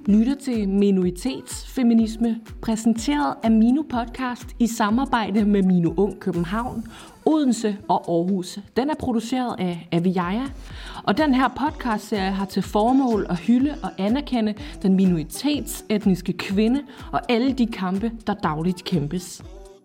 lytter til Minoritetsfeminisme, præsenteret af Mino Podcast i samarbejde med Mino Ung København, Odense og Aarhus. Den er produceret af Aviaja, og den her podcastserie har til formål at hylde og anerkende den minoritetsetniske kvinde og alle de kampe, der dagligt kæmpes.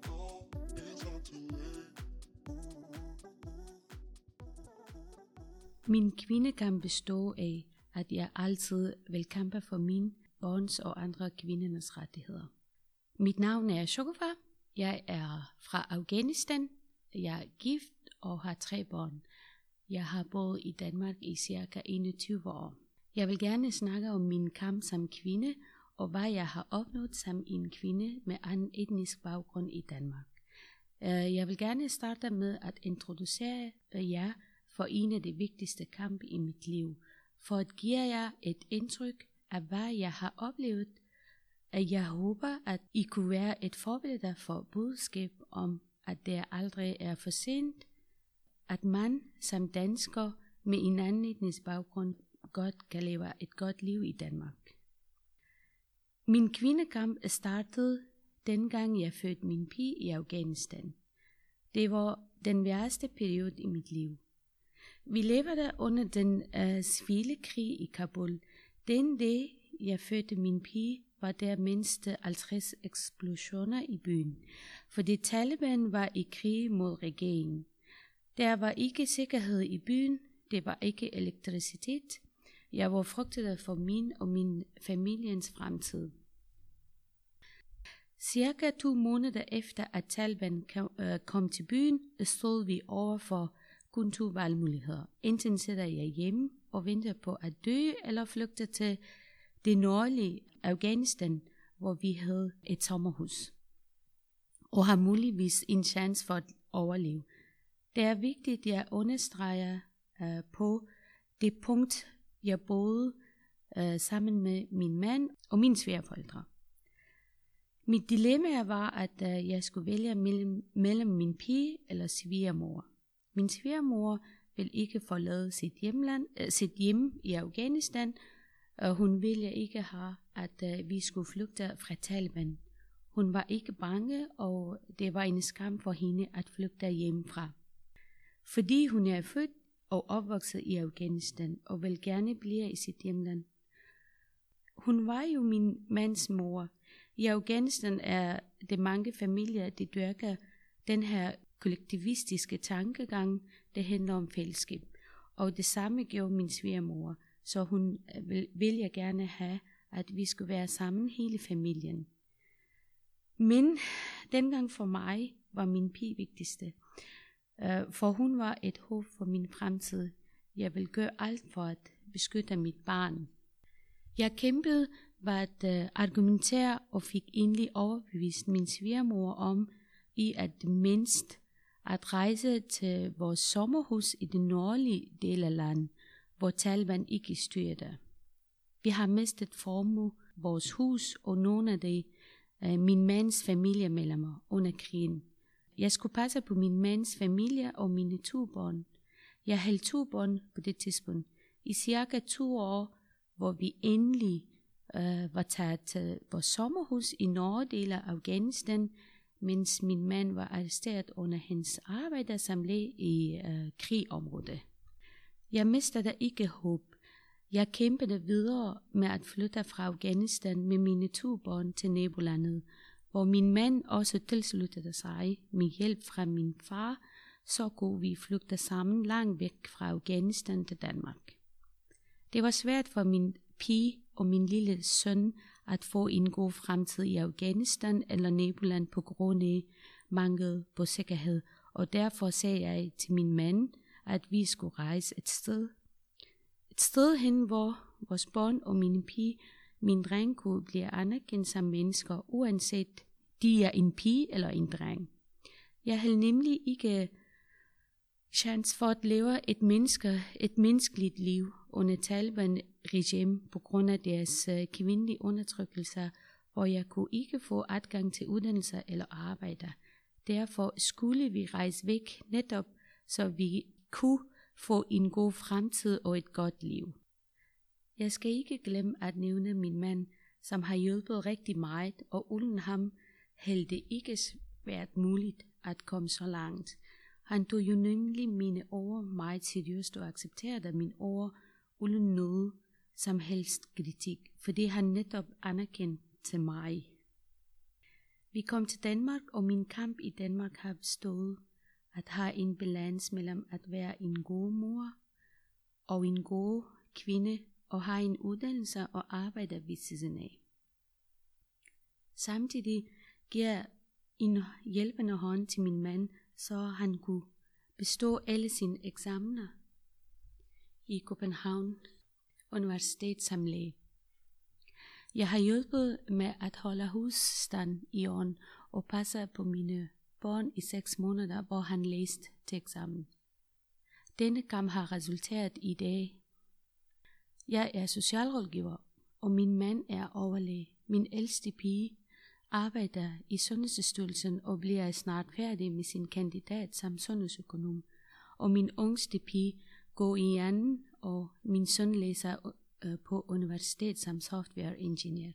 Min kvindekamp består af, at jeg altid vil kæmpe for mine børns og andre kvindernes rettigheder. Mit navn er Shokofa. Jeg er fra Afghanistan. Jeg er gift og har 3 børn. Jeg har boet i Danmark i ca. 21 år. Jeg vil gerne snakke om min kamp som kvinde, og hvad jeg har opnået som en kvinde med anden etnisk baggrund i Danmark. Jeg vil gerne starte med at introducere jer for en af de vigtigste kampe i mit liv, for at give jer et indtryk af, hvad jeg har oplevet. Jeg håber, at I kunne være et forbillede for budskab om, at det aldrig er for sent, at man som dansker med en anden etnisk baggrund godt kan leve et godt liv i Danmark. Min kvindekamp startede dengang jeg fødte min pige i Afghanistan. Det var den værste periode i mit liv. Vi levede under den civile krig i Kabul. Den dag jeg fødte min pige, var der mindst 50 eksplosioner i byen, fordi Taliban var i krig mod regeringen. Der var ikke sikkerhed i byen, det var ikke elektricitet. Jeg var frygtet for min og min familiens fremtid. Cirka 2 måneder efter at Taliban kom til byen, stod vi over for kun 2 valgmuligheder. Enten sidder jeg hjemme og venter på at dø, eller flygte til det nordlige Afghanistan, hvor vi havde et sommerhus, og har muligvis en chance for at overleve. Det er vigtigt, at jeg understreger på det punkt, jeg boede sammen med min mand og mine svigerforældre. Mit dilemma var, at jeg skulle vælge mellem min pige eller svigermor. Min svigermor ville ikke forlade sit hjem i Afghanistan, og hun ville ikke have, at vi skulle flygte fra Taliban. Hun var ikke bange, og det var en skam for hende at flygte hjemmefra. Fordi hun er født og opvokset i Afghanistan og vil gerne blive i sit hjemland. Hun var jo min mands mor. I Afghanistan er det mange familier, der dyrker den her kollektivistiske tankegang, det handler om fællesskab. Og det samme gjorde min svigermor, så hun ville gerne have, at vi skulle være sammen hele familien. Men dengang for mig var min pige vigtigste, for hun var et håb for min fremtid. Jeg vil gøre alt for at beskytte mit barn. Jeg kæmpede ved at argumentere og fik endelig overbevist min svigermor om, i at mindst at rejse til vores sommerhus i den nordlige del af landet, hvor Taliban ikke styrede. Vi har mistet formue, vores hus og nogle af min mands familiemedlemmer under krigen. Jeg skulle passe på min mands familie og mine 2 børn. Jeg havde 2 børn på det tidspunkt. I cirka 2 år, hvor vi endelig var taget til vores sommerhus i norddelen af Afghanistan, mens min mand var arresteret under hans arbejde som læge i krigområdet. Jeg mistede ikke håb. Jeg kæmpede videre med at flytte fra Afghanistan med mine 2 børn til nabolandet, hvor min mand også tilsluttede sig med hjælp fra min far, så kunne vi flygte sammen langt væk fra Afghanistan til Danmark. Det var svært for min pige og min lille søn at få en god fremtid i Afghanistan eller naboland på grund af mangel på sikkerhed, og derfor sagde jeg til min mand, at vi skulle rejse et sted hen, hvor vores børn og min pige, min dreng, kunne blive anerkendt som mennesker, uanset de er en pige eller en dreng. Jeg havde nemlig ikke chance for at leve et menneskeligt liv under Taliban-regime på grund af deres kvindelige undertrykkelser, hvor jeg kunne ikke få adgang til uddannelse eller arbejde. Derfor skulle vi rejse væk netop, så vi kunne få en god fremtid og et godt liv. Jeg skal ikke glemme at nævne min mand, som har hjulpet rigtig meget, og uden ham havde det ikke været muligt at komme så langt. Han tog jo nemlig mine ord meget seriøst og accepterede mine ord uden noget som helst kritik, fordi han netop anerkendte til mig. Vi kom til Danmark, og min kamp i Danmark har bestået at have en balance mellem at være en god mor og en god kvinde og have en uddannelse og arbejde ved siden af. Samtidig giver jeg en hjælpende hånd til min mand, så han kunne bestå alle sine eksamener i København Universitet som læge. Jeg har hjulpet med at holde husstand i ånd og passe på mine børn i 6 måneder, hvor han læste til eksamen. Denne kamp har resulteret i dag. Jeg er socialrådgiver, og min mand er overlæge. Min ældste pige arbejder i Sundhedsstyrelsen og bliver snart færdig med sin kandidat som sundhedsøkonom. Og min yngste pige går i anden, og min søn læser på universitet som software engineer.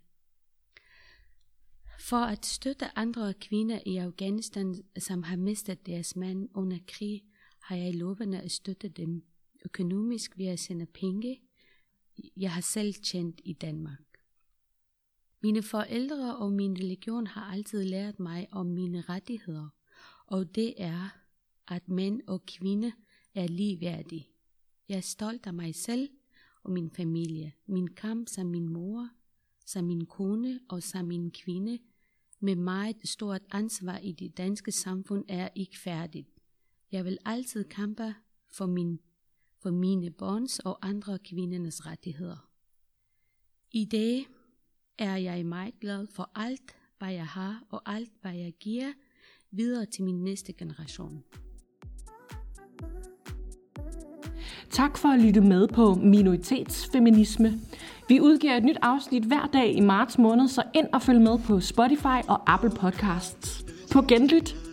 For at støtte andre kvinder i Afghanistan, som har mistet deres mand under krig, har jeg lovet at støtte dem økonomisk ved at sende penge, jeg har selv tjent i Danmark. Mine forældre og min religion har altid lært mig om mine rettigheder, og det er, at mænd og kvinder er ligeværdige. Jeg er stolt af mig selv og min familie, min kamp som min mor, som min kone og som min kvinde, med meget stort ansvar i det danske samfund er ikke færdigt. Jeg vil altid kæmpe for mine børns og andre kvindernes rettigheder. I dag er jeg meget glad for alt, hvad jeg har og alt, hvad jeg giver videre til min næste generation. Tak for at lytte med på Minoritetsfeminisme. Vi udgiver et nyt afsnit hver dag i marts måned, så ind og følg med på Spotify og Apple Podcasts. På genlyt!